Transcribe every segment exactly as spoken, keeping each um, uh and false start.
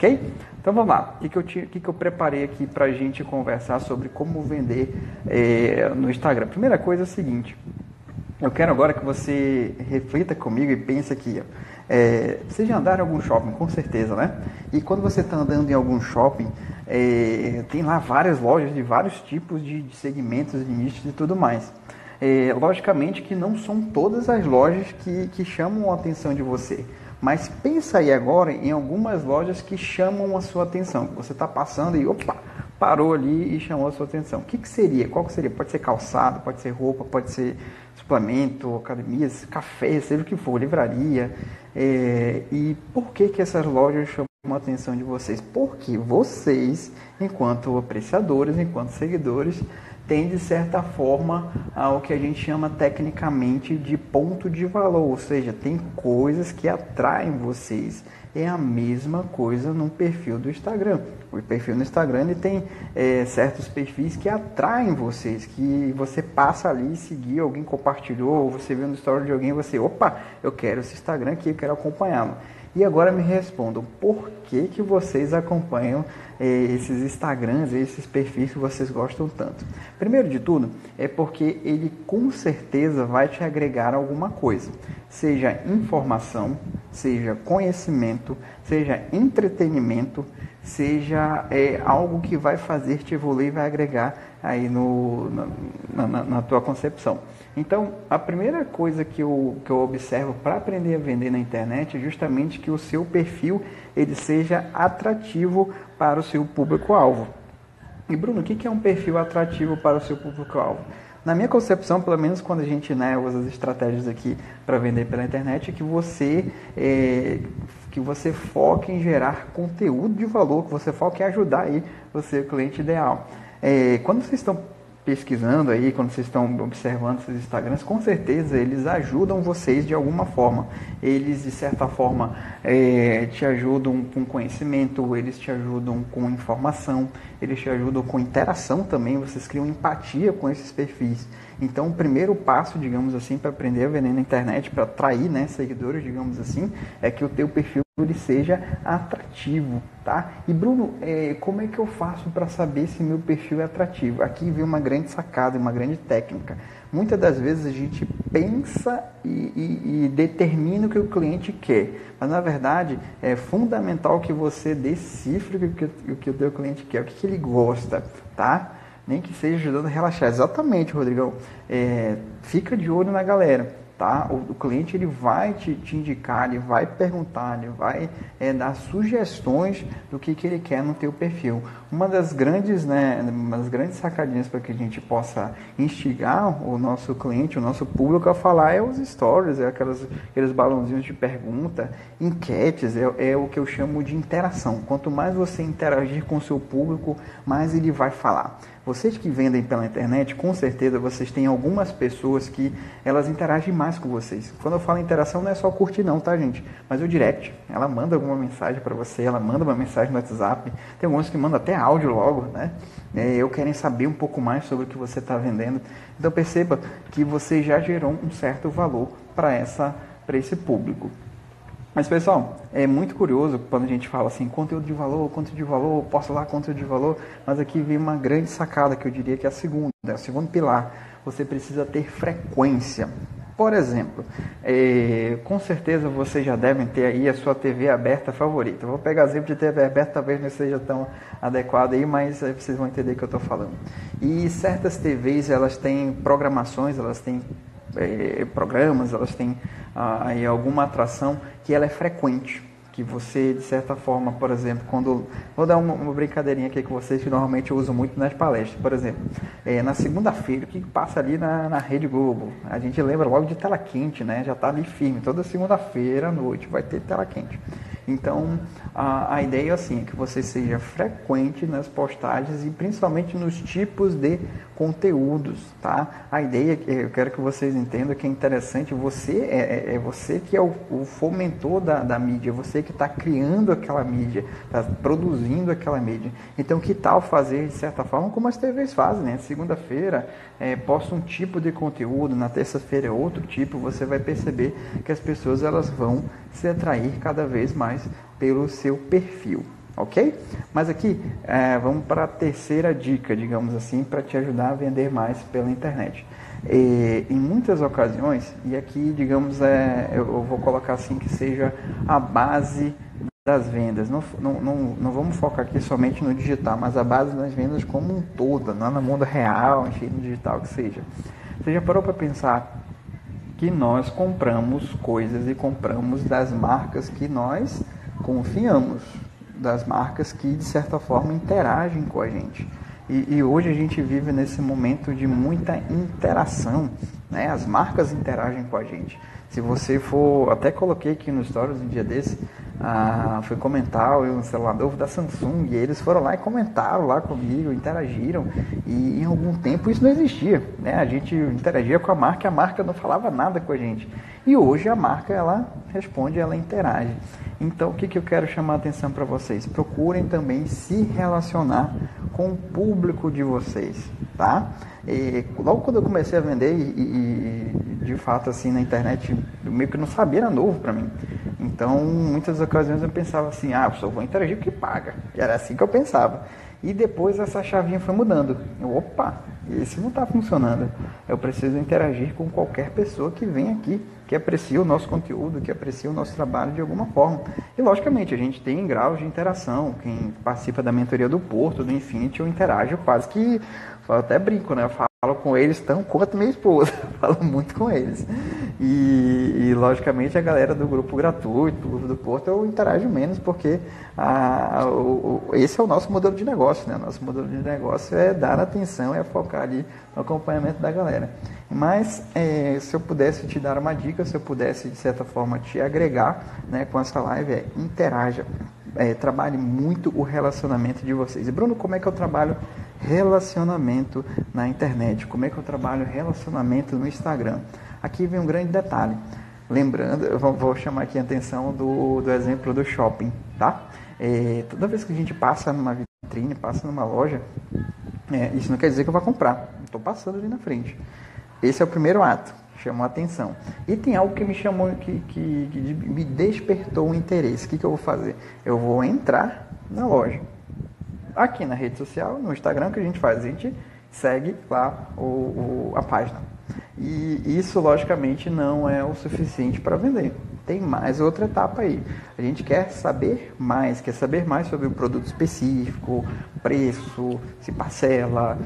ok? Então vamos lá, o que, que, eu, tinha, o que, que eu preparei aqui para a gente conversar sobre como vender é, no Instagram. Primeira coisa é a seguinte, eu quero agora que você reflita comigo e pense aqui, é, você já andaram em algum shopping, com certeza, né? E quando você está andando em algum shopping, é, tem lá várias lojas de vários tipos de, de segmentos, de nichos e tudo mais. É, logicamente que não são todas as lojas que, que chamam a atenção de você, mas pensa aí agora em algumas lojas que chamam a sua atenção. Você está passando e opa, parou ali e chamou a sua atenção. O que, que seria? Qual que seria? Pode ser calçado, pode ser roupa, pode ser suplemento, academias, café, seja o que for, livraria. É, e por que, que essas lojas chamam a atenção de vocês? Porque vocês, enquanto apreciadores, enquanto seguidores, tem de certa forma o que a gente chama tecnicamente de ponto de valor, ou seja, tem coisas que atraem vocês. É a mesma coisa no perfil do Instagram. O perfil no Instagram ele tem é, certos perfis que atraem vocês, que você passa ali, seguir, alguém compartilhou, você viu no story de alguém, você, opa, eu quero esse Instagram aqui, eu quero acompanhá-lo. E agora me respondam, por que, que vocês acompanham eh, esses Instagrams, esses perfis que vocês gostam tanto? Primeiro de tudo, é porque ele com certeza vai te agregar alguma coisa. Seja informação, seja conhecimento, seja entretenimento, seja eh, algo que vai fazer te evoluir e vai agregar aí no, na, na, na tua concepção. Então, a primeira coisa que eu, que eu observo para aprender a vender na internet é justamente que o seu perfil ele seja atrativo para o seu público-alvo. E Bruno, o que é um perfil atrativo para o seu público-alvo? Na minha concepção, pelo menos quando a gente né, usa as estratégias aqui para vender pela internet, é que você, é, que você foque em gerar conteúdo de valor, que você foque em ajudar aí o seu cliente ideal. É, quando vocês estão pesquisando aí, quando vocês estão observando esses Instagrams, com certeza eles ajudam vocês de alguma forma. Eles, de certa forma, é, te ajudam com conhecimento, eles te ajudam com informação, eles te ajudam com interação também, vocês criam empatia com esses perfis. Então, o primeiro passo, digamos assim, para aprender a vender na internet, para atrair né, seguidores, digamos assim, é que o teu perfil ele seja atrativo, tá? E Bruno, é, como é que eu faço para saber se meu perfil é atrativo? Aqui vem uma grande sacada, uma grande técnica. Muitas das vezes a gente pensa e, e, e determina o que o cliente quer, mas na verdade é fundamental que você decifre o que o, que o teu cliente quer, o que, que ele gosta, tá? Nem que seja ajudando a relaxar. Exatamente, Rodrigão. É, fica de olho na galera. Tá? O, o cliente ele vai te, te indicar, ele vai perguntar, ele vai é, dar sugestões do que, que ele quer no teu perfil. Uma das grandes, né, uma das grandes sacadinhas para que a gente possa instigar o nosso cliente, o nosso público a falar é os stories, é aquelas, aqueles balãozinhos de pergunta, enquetes, é, é o que eu chamo de interação. Quanto mais você interagir com o seu público, mais ele vai falar. Vocês que vendem pela internet, com certeza vocês têm algumas pessoas que elas interagem mais com vocês. Quando eu falo interação, não é só curtir não, tá, gente? Mas o direct, ela manda alguma mensagem para você, ela manda uma mensagem no WhatsApp. Tem alguns que mandam até áudio logo, né? É, eu querem saber um pouco mais sobre o que você está vendendo. Então perceba que você já gerou um certo valor para essa, para esse público. Mas pessoal, é muito curioso quando a gente fala assim, conteúdo de valor, conteúdo de valor, posso lá conteúdo de valor, mas aqui vem uma grande sacada que eu diria que é a segunda, é o segundo pilar. Você precisa ter frequência. Por exemplo, é, com certeza vocês já devem ter aí a sua T V aberta favorita. Eu vou pegar exemplo de T V aberta, talvez não seja tão adequado aí, mas aí vocês vão entender o que eu estou falando. E certas T Vs, elas têm programações, elas têm é, programas, elas têm ah, aí alguma atração que ela é frequente. Que você, de certa forma, por exemplo, quando... Vou dar uma, uma brincadeirinha aqui com vocês que normalmente eu uso muito nas palestras. Por exemplo, é, na segunda-feira, o que passa ali na, na Rede Globo? A gente lembra logo de tela quente, né? Já está ali firme. Toda segunda-feira à noite vai ter tela quente. Então, a, a ideia é assim, que você seja frequente nas postagens e principalmente nos tipos de conteúdos, tá? A ideia, eu quero que vocês entendam que é interessante, você é, é, é você que é o, o fomentor da, da mídia, você que está criando aquela mídia, está produzindo aquela mídia. Então, que tal fazer, de certa forma, como as T Vs fazem, né? Segunda-feira, é, posta um tipo de conteúdo, na terça-feira é outro tipo, você vai perceber que as pessoas elas vão se atrair cada vez mais pelo seu perfil. ok? Mas aqui, é, vamos para a terceira dica, digamos assim, para te ajudar a vender mais pela internet. E, em muitas ocasiões, e aqui, digamos, é, eu, eu vou colocar assim que seja a base das vendas. Não, não, não, não vamos focar aqui somente no digital, mas a base das vendas como um todo, não no mundo real, enfim, no digital que seja. Você já parou para pensar que nós compramos coisas e compramos das marcas que nós confiamos, das marcas que de certa forma interagem com a gente. E, e hoje a gente vive nesse momento de muita interação, né? As marcas interagem com a gente. Se você for, até coloquei aqui no Stories um dia desse, ah, fui comentar um celular novo da Samsung, e eles foram lá e comentaram lá comigo, interagiram, e em algum tempo isso não existia, né? A gente interagia com a marca e a marca não falava nada com a gente. E hoje a marca, ela responde, ela interage. Então, o que, que eu quero chamar a atenção para vocês? Procurem também se relacionar com o público de vocês, tá? E logo quando eu comecei a vender, e, e, e de fato assim na internet, eu meio que não sabia, era novo para mim. Então, muitas ocasiões eu pensava assim, ah, eu só vou interagir porque paga. E era assim que eu pensava. E depois essa chavinha foi mudando. Eu, opa, esse não está funcionando. Eu preciso interagir com qualquer pessoa que vem aqui, que aprecia o nosso conteúdo, que aprecia o nosso trabalho de alguma forma. E, logicamente, a gente tem graus de interação. Quem participa da mentoria do Porto, do Infinity, eu interajo quase que, eu até brinco, né? Eu falo com eles tão quanto minha esposa. Falo muito com eles. E, e, logicamente, a galera do grupo gratuito, do grupo do Porto, eu interajo menos, porque a, o, esse é o nosso modelo de negócio, né? Nosso modelo de negócio é dar atenção, é focar ali no acompanhamento da galera. Mas, é, se eu pudesse te dar uma dica, se eu pudesse, de certa forma, te agregar, né, com essa live, é interaja. É, trabalhe muito o relacionamento de vocês. E, Bruno, como é que eu trabalho relacionamento na internet? Como é que eu trabalho relacionamento no Instagram? Aqui vem um grande detalhe. Lembrando, eu vou chamar aqui a atenção do, do exemplo do shopping, tá? É, toda vez que a gente passa numa vitrine, passa numa loja, é, isso não quer dizer que eu vou comprar. Estou passando ali na frente. Esse é o primeiro ato. Chamou a atenção. E tem algo que me chamou, que, que, que me despertou o interesse. O que, que eu vou fazer? Eu vou entrar na loja. Aqui na rede social, no Instagram, que a gente faz? A gente segue lá o, o, a página. E isso, logicamente, não é o suficiente para vender. Tem mais outra etapa aí. A gente quer saber mais, quer saber mais sobre o produto específico, preço, se parcela,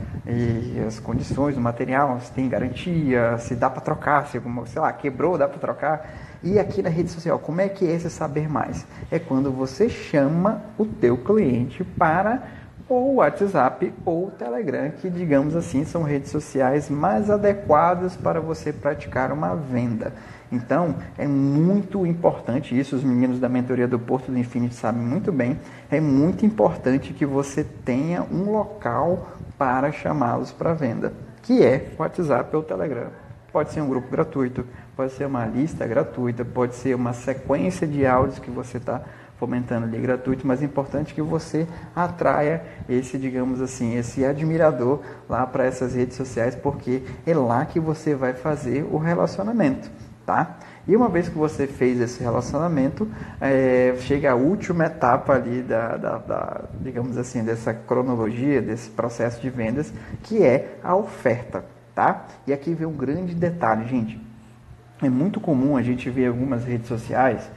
e as condições do material, se tem garantia, se dá para trocar, se, sei lá, quebrou, dá para trocar. E aqui na rede social, como é que é esse saber mais? É quando você chama o teu cliente para ou o WhatsApp ou o Telegram, que, digamos assim, são redes sociais mais adequadas para você praticar uma venda. Então, é muito importante isso, os meninos da mentoria do Porto do Infinity sabem muito bem, é muito importante que você tenha um local para chamá-los para venda, que é o WhatsApp ou o Telegram. Pode ser um grupo gratuito, pode ser uma lista gratuita, pode ser uma sequência de áudios que você está fomentando ali gratuito, mas é importante que você atraia esse, digamos assim, esse admirador lá para essas redes sociais, porque é lá que você vai fazer o relacionamento, tá? E uma vez que você fez esse relacionamento, é, chega a última etapa ali da, da, da, digamos assim, dessa cronologia, desse processo de vendas, que é a oferta, tá? E aqui vem um grande detalhe, gente. É muito comum a gente ver algumas redes sociais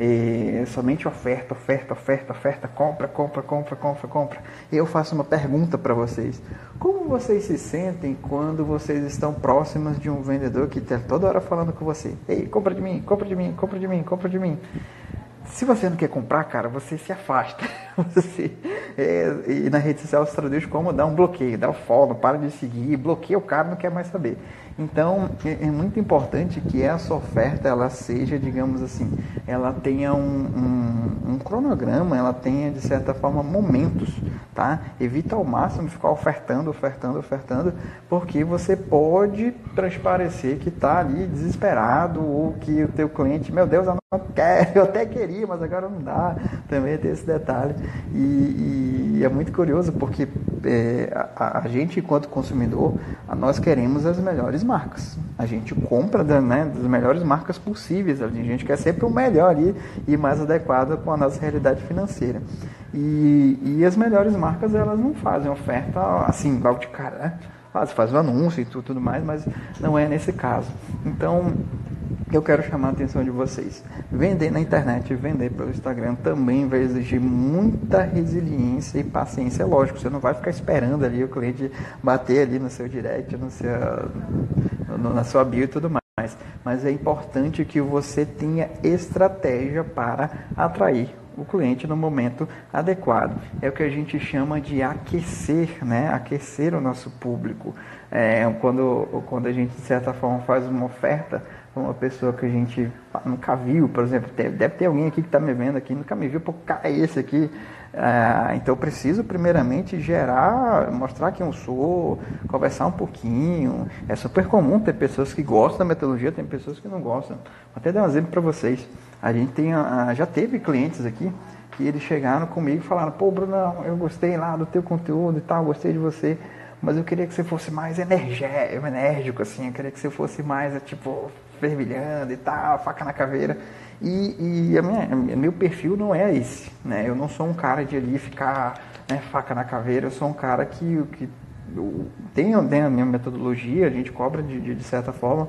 É, somente oferta, oferta, oferta, oferta, compra, compra, compra, compra, compra. E eu faço uma pergunta para vocês. Como vocês se sentem quando vocês estão próximos de um vendedor que está toda hora falando com você? Ei, compra de mim, compra de mim, compra de mim, compra de mim. Se você não quer comprar, cara, você se afasta. Você, é, e na rede social se traduz como dar um bloqueio, dar um follow, para de seguir, bloqueia o cara, não quer mais saber. Então, é, é muito importante que essa oferta, ela seja, digamos assim, ela tenha um, um, um cronograma, ela tenha, de certa forma, momentos, tá? Evita ao máximo ficar ofertando, ofertando, ofertando, porque você pode transparecer que está ali desesperado, ou que o teu cliente, meu Deus, eu não quero, eu até queria, mas agora não dá. Também tem esse detalhe. E, e é muito curioso, porque é, a, a gente, enquanto consumidor, a, nós queremos as melhores marcas. A gente compra da, né, das melhores marcas possíveis. A gente quer sempre o melhor ali e mais adequado com a nossa realidade financeira. E, e as melhores marcas, elas não fazem oferta assim, logo de cara, né? Faz, faz o anúncio e tudo, tudo mais, mas não é nesse caso. Então, eu quero chamar a atenção de vocês. Vender na internet, vender pelo Instagram também vai exigir muita resiliência e paciência. É lógico, você não vai ficar esperando ali o cliente bater ali no seu direct, no seu, no, na sua bio e tudo mais. Mas é importante que você tenha estratégia para atrair o cliente no momento adequado. É o que a gente chama de aquecer, né? Aquecer o nosso público. É, quando, quando a gente, de certa forma, faz uma oferta para uma pessoa que a gente nunca viu, por exemplo, deve ter alguém aqui que está me vendo aqui, nunca me viu, pô, cara, é esse aqui. É, então eu preciso primeiramente gerar, mostrar quem eu sou, conversar um pouquinho. É super comum ter pessoas que gostam da metodologia, tem pessoas que não gostam. Vou até dar um exemplo para vocês. A gente tem, a, já teve clientes aqui que eles chegaram comigo e falaram: pô, Brunão, eu gostei lá do teu conteúdo e tal, gostei de você, mas eu queria que você fosse mais energético, enérgico, assim, eu queria que você fosse mais, tipo, fervilhando e tal, faca na caveira. E, e a minha, meu perfil não é esse, né? Eu não sou um cara de ali ficar, né, faca na caveira, eu sou um cara que, que eu tenho, tenho a minha metodologia, a gente cobra de, de, de certa forma,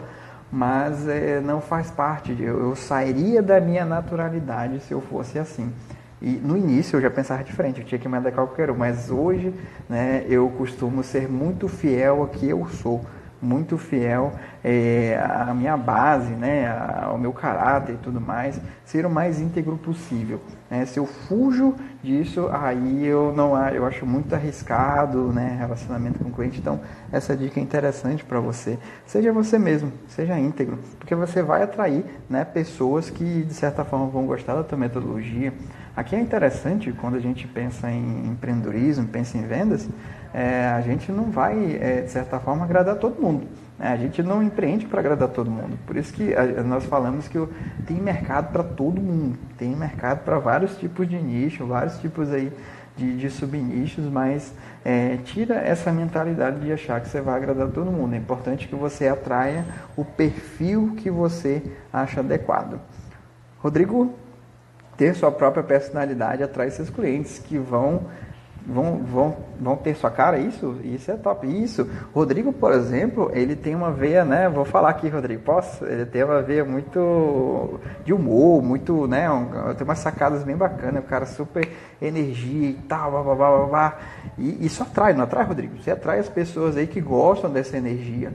mas é, não faz parte, eu, eu sairia da minha naturalidade se eu fosse assim. E no início eu já pensava diferente, eu tinha que me adequar ao que eu quero, mas hoje, né, eu costumo ser muito fiel ao que eu sou, muito fiel é, à minha base, né, ao meu caráter e tudo mais, ser o mais íntegro possível. Né? Se eu fujo disso, aí eu não eu acho muito arriscado, né, relacionamento com o cliente. Então, essa dica é interessante para você. Seja você mesmo, seja íntegro, porque você vai atrair, né, pessoas que, de certa forma, vão gostar da tua metodologia. Aqui é interessante, quando a gente pensa em empreendedorismo, pensa em vendas, é, a gente não vai, é, de certa forma, agradar todo mundo. Né? A gente não empreende para agradar todo mundo. Por isso que a, nós falamos que tem mercado para todo mundo. Tem mercado para vários tipos de nicho, vários tipos aí de, de subnichos, mas é, tira essa mentalidade de achar que você vai agradar todo mundo. É importante que você atraia o perfil que você acha adequado. Rodrigo, ter sua própria personalidade atrai seus clientes que vão vão, vão, vão ter sua cara. Isso, isso é top. Isso, Rodrigo, por exemplo, ele tem uma veia, né, vou falar aqui, Rodrigo, posso? Ele tem uma veia muito de humor, muito, né, um, tem umas sacadas bem bacanas, o cara super energia e tal, blá, blá, blá, blá, blá. E isso atrai, não atrai, Rodrigo? Você atrai as pessoas aí que gostam dessa energia.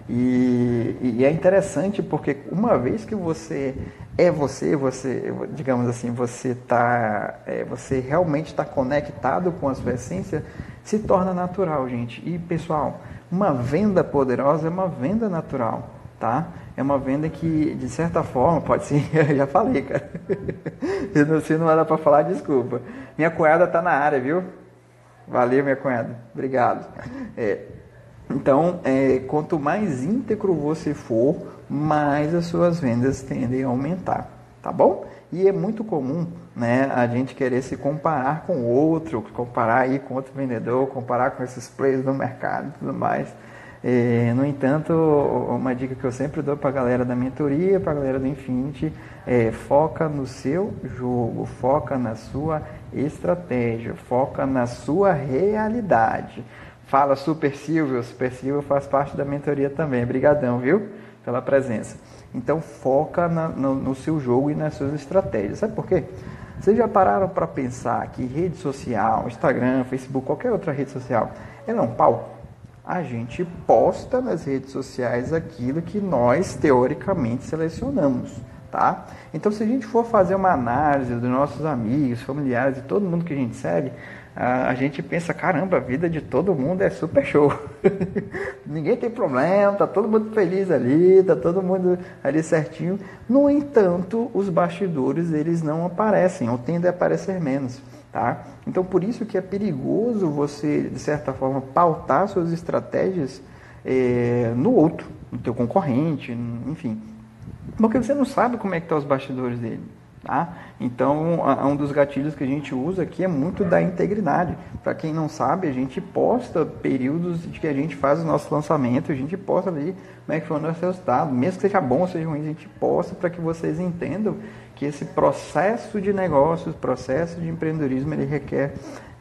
E, e é interessante porque uma vez que você é você, você, digamos assim, você tá, é, você realmente está conectado com a sua essência, se torna natural, gente. E pessoal, uma venda poderosa é uma venda natural, tá? É uma venda que, de certa forma, pode ser, eu já falei, cara. Se não era para falar, desculpa. Minha cunhada tá na área, viu? Valeu, minha cunhada. Obrigado. É, Então, é, quanto mais íntegro você for, mais as suas vendas tendem a aumentar, tá bom? E é muito comum, né, a gente querer se comparar com outro, comparar aí com outro vendedor, comparar com esses players do mercado e tudo mais. É, no entanto, uma dica que eu sempre dou para a galera da mentoria, para a galera do Infinity, é foca no seu jogo, foca na sua estratégia, foca na sua realidade. Fala, Super Silvio. Super Silvio faz parte da mentoria também. Obrigadão, viu? Pela presença. Então, foca na, no, no seu jogo e nas suas estratégias. Sabe por quê? Vocês já pararam para pensar que rede social, Instagram, Facebook, qualquer outra rede social, ela é um palco? A gente posta nas redes sociais aquilo que nós, teoricamente, selecionamos. Tá? Então, se a gente for fazer uma análise dos nossos amigos, familiares, de todo mundo que a gente segue, a gente pensa, caramba, a vida de todo mundo é super show. Ninguém tem problema, tá todo mundo feliz ali, tá todo mundo ali certinho. No entanto, os bastidores, eles não aparecem, ou tendem a aparecer menos, tá? Então, por isso que é perigoso você, de certa forma, pautar suas estratégias é, no outro, no teu concorrente, enfim. Porque você não sabe como é que estão os bastidores dele. Tá? Então, um dos gatilhos que a gente usa aqui é muito da integridade. Para quem não sabe, a gente posta períodos de que a gente faz o nosso lançamento, a gente posta ali como é que foi o nosso resultado. Mesmo que seja bom ou seja ruim, a gente posta para que vocês entendam que esse processo de negócios, processo de empreendedorismo, ele requer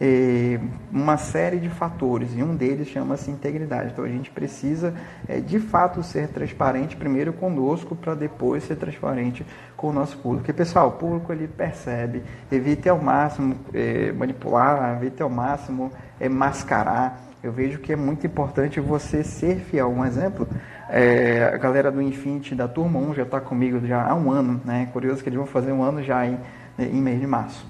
é, uma série de fatores, e um deles chama-se integridade. Então a gente precisa é, de fato ser transparente primeiro conosco, para depois ser transparente com o nosso público. Porque, pessoal, o público ele percebe, evite ao máximo é, manipular, evite ao máximo é, mascarar. Eu vejo que é muito importante você ser fiel. Um exemplo, é, a galera do Infinity, da turma um, já está comigo já há um ano, né? Curioso que eles vão fazer um ano já em, em mês de março.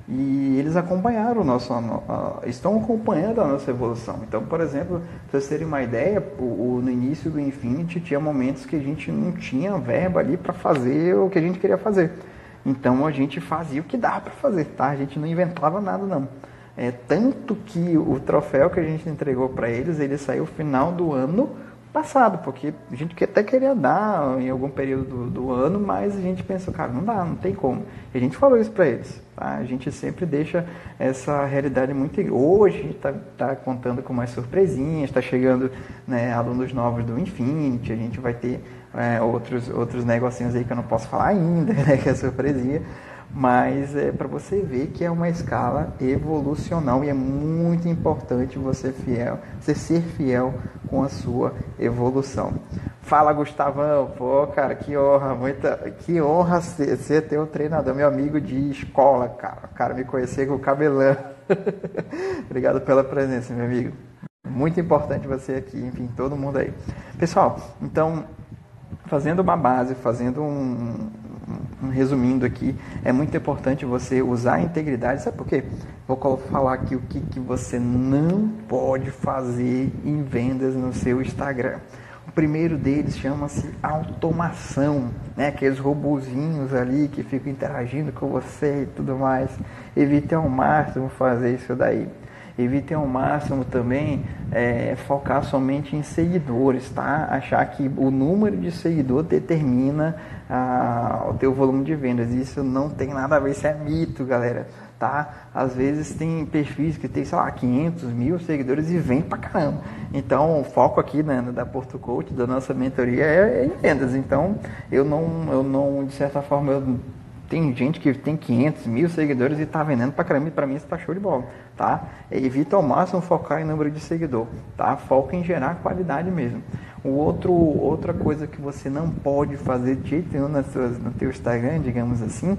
E eles acompanharam o nosso, estão acompanhando a nossa evolução. Então, por exemplo, para vocês terem uma ideia, o, o, no início do Infinity tinha momentos que a gente não tinha verba ali para fazer o que a gente queria fazer. Então a gente fazia o que dá para fazer, tá? A gente não inventava nada não. É, tanto que o troféu que a gente entregou para eles, ele saiu no final do ano passado, porque a gente até queria dar em algum período do, do ano, mas a gente pensou, cara, não dá, não tem como. E a gente falou isso para eles, tá? A gente sempre deixa essa realidade muito... Hoje a gente está tá contando com mais surpresinhas, está chegando, né, alunos novos do Infinity, a gente vai ter é, outros, outros negocinhos aí que eu não posso falar ainda, né, que é surpresinha. Mas é para você ver que é uma escala evolucional e é muito importante você, fiel, você ser fiel com a sua evolução. Fala, Gustavão. Pô, cara, que honra, muita, que honra ser, ser ter um treinador, meu amigo de escola, cara. O cara me conhecer com o cabelão. Obrigado pela presença, meu amigo. Muito importante você aqui, enfim, todo mundo aí. Pessoal, então, fazendo uma base, fazendo um... resumindo aqui, é muito importante você usar a integridade. Sabe por quê? Vou falar aqui o que, que você não pode fazer em vendas no seu Instagram. O primeiro deles chama-se automação, né? Aqueles robozinhos ali que ficam interagindo com você e tudo mais. Evite ao máximo fazer isso daí. Evite ao máximo também é, focar somente em seguidores, tá? Achar que o número de seguidores determina ah, o teu volume de vendas. Isso não tem nada a ver, isso é mito, galera, tá? Às vezes tem perfis que tem, sei lá, quinhentos mil seguidores e vem pra caramba. Então, o foco aqui, né, da Porto Coach, da nossa mentoria, é, é em vendas. Então, eu não, eu não, de certa forma, eu... Tem gente que tem quinhentos mil seguidores e está vendendo para caramba, e para mim isso está show de bola, tá? Evita ao máximo focar em número de seguidor, tá? Foca em gerar qualidade mesmo. O outro, outra coisa que você não pode fazer de jeito nenhum nas suas, no teu Instagram, digamos assim,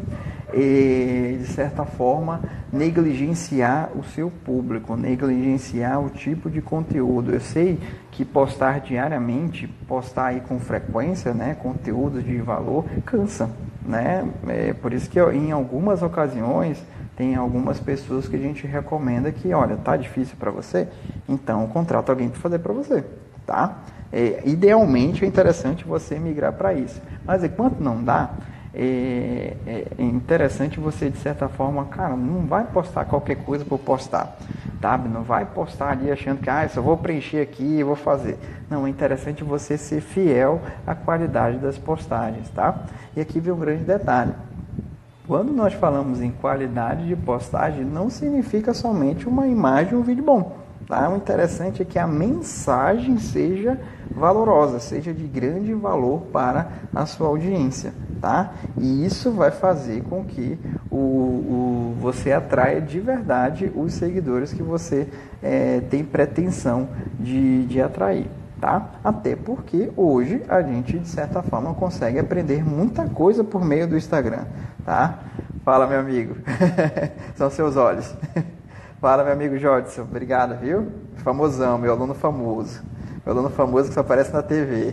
é, de certa forma, negligenciar o seu público, negligenciar o tipo de conteúdo. Eu sei que postar diariamente, postar aí com frequência, né, conteúdos de valor, cansa, né? É por isso que em algumas ocasiões tem algumas pessoas que a gente recomenda que, olha, tá difícil para você, então contrata alguém para fazer para você, tá? É, idealmente é interessante você migrar para isso, mas enquanto não dá, é, é interessante você, de certa forma, cara, não vai postar qualquer coisa por postar, tá? Não vai postar ali achando que, ah, só vou preencher aqui e vou fazer. Não, é interessante você ser fiel à qualidade das postagens, tá? E aqui vem um grande detalhe. Quando nós falamos em qualidade de postagem, não significa somente uma imagem ou um vídeo bom, tá? O interessante é que a mensagem seja valorosa, seja de grande valor para a sua audiência, tá? E isso vai fazer com que o, o, você atraia de verdade os seguidores que você é, tem pretensão de, de atrair, tá? Até porque hoje a gente, de certa forma, consegue aprender muita coisa por meio do Instagram, tá? Fala, meu amigo. São seus olhos. Fala, meu amigo Jodson. Obrigado, viu? Famosão, meu aluno famoso. Meu aluno famoso que só aparece na T V.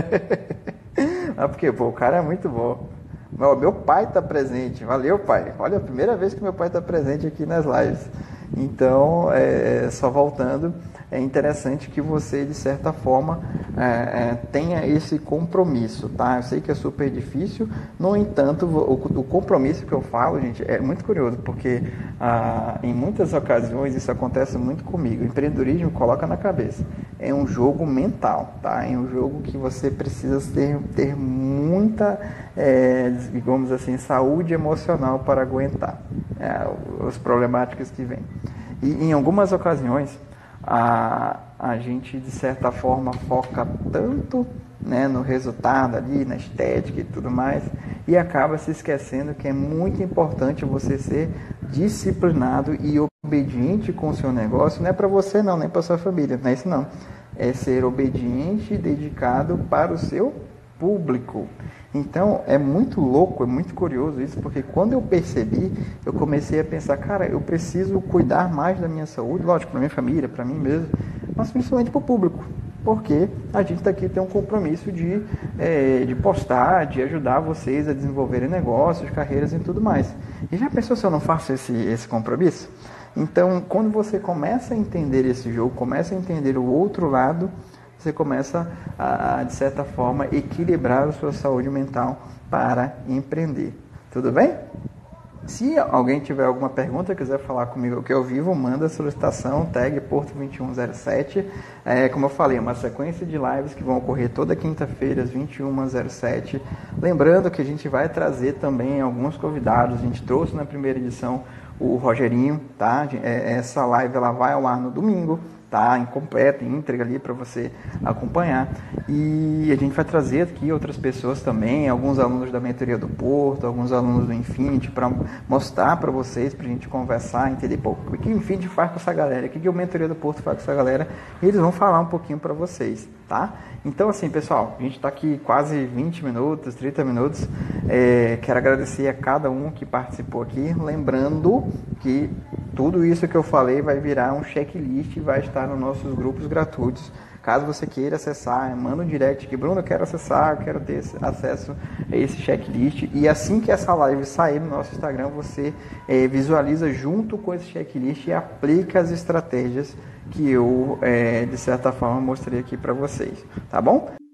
Ah, porque, pô, o cara é muito bom. Meu, meu pai está presente. Valeu, pai. Olha, a primeira vez que meu pai está presente aqui nas lives. Então, é, só voltando, é interessante que você, de certa forma, é, é, tenha esse compromisso, tá? Eu sei que é super difícil, no entanto, o, o compromisso que eu falo, gente, é muito curioso, porque ah, em muitas ocasiões isso acontece muito comigo. O empreendedorismo coloca na cabeça. É um jogo mental, tá? É um jogo que você precisa ter, ter muita, é, digamos assim, saúde emocional para aguentar é, os problemáticas que vêm. E em algumas ocasiões, a, a gente, de certa forma, foca tanto né, no resultado ali, na estética e tudo mais, e acaba se esquecendo que é muito importante você ser disciplinado e obediente com o seu negócio. Não é para você não, nem para sua família, não é isso não. É ser obediente e dedicado para o seu público. Então é muito louco, é muito curioso isso, porque quando eu percebi, eu comecei a pensar, cara, eu preciso cuidar mais da minha saúde, lógico, para minha família, para mim mesmo, mas principalmente para o público, porque a gente daqui tem um compromisso de, é, de postar, de ajudar vocês a desenvolverem negócios, carreiras e tudo mais. E já pensou se eu não faço esse, esse compromisso? Então, quando você começa a entender esse jogo, começa a entender o outro lado, você começa a, de certa forma, equilibrar a sua saúde mental para empreender. Tudo bem? Se alguém tiver alguma pergunta, quiser falar comigo aqui ao vivo, manda a solicitação, tag Porto vinte e um zero sete. É, como eu falei, uma sequência de lives que vão ocorrer toda quinta-feira, às vinte e uma e zero sete. Lembrando que a gente vai trazer também alguns convidados. A gente trouxe na primeira edição o Rogerinho, tá? Essa live ela vai ao ar no domingo, tá? Incompleta, íntegra ali para você acompanhar. E a gente vai trazer aqui outras pessoas também, alguns alunos da mentoria do Porto, alguns alunos do Infinity, para mostrar para vocês, para a gente conversar, entender pô, o que o Infinity faz com essa galera, o que o mentoria do Porto faz com essa galera, e eles vão falar um pouquinho para vocês, tá? Então, assim, pessoal, a gente está aqui quase vinte minutos, trinta minutos. É, quero agradecer a cada um que participou aqui. Lembrando que tudo isso que eu falei vai virar um checklist e vai estar nos nossos grupos gratuitos. Caso você queira acessar, manda um direct aqui, Bruno, eu quero acessar, eu quero ter acesso a esse checklist. E assim que essa live sair no nosso Instagram, você é, visualiza junto com esse checklist e aplica as estratégias que eu, é, de certa forma, mostrei aqui para vocês. Tá bom?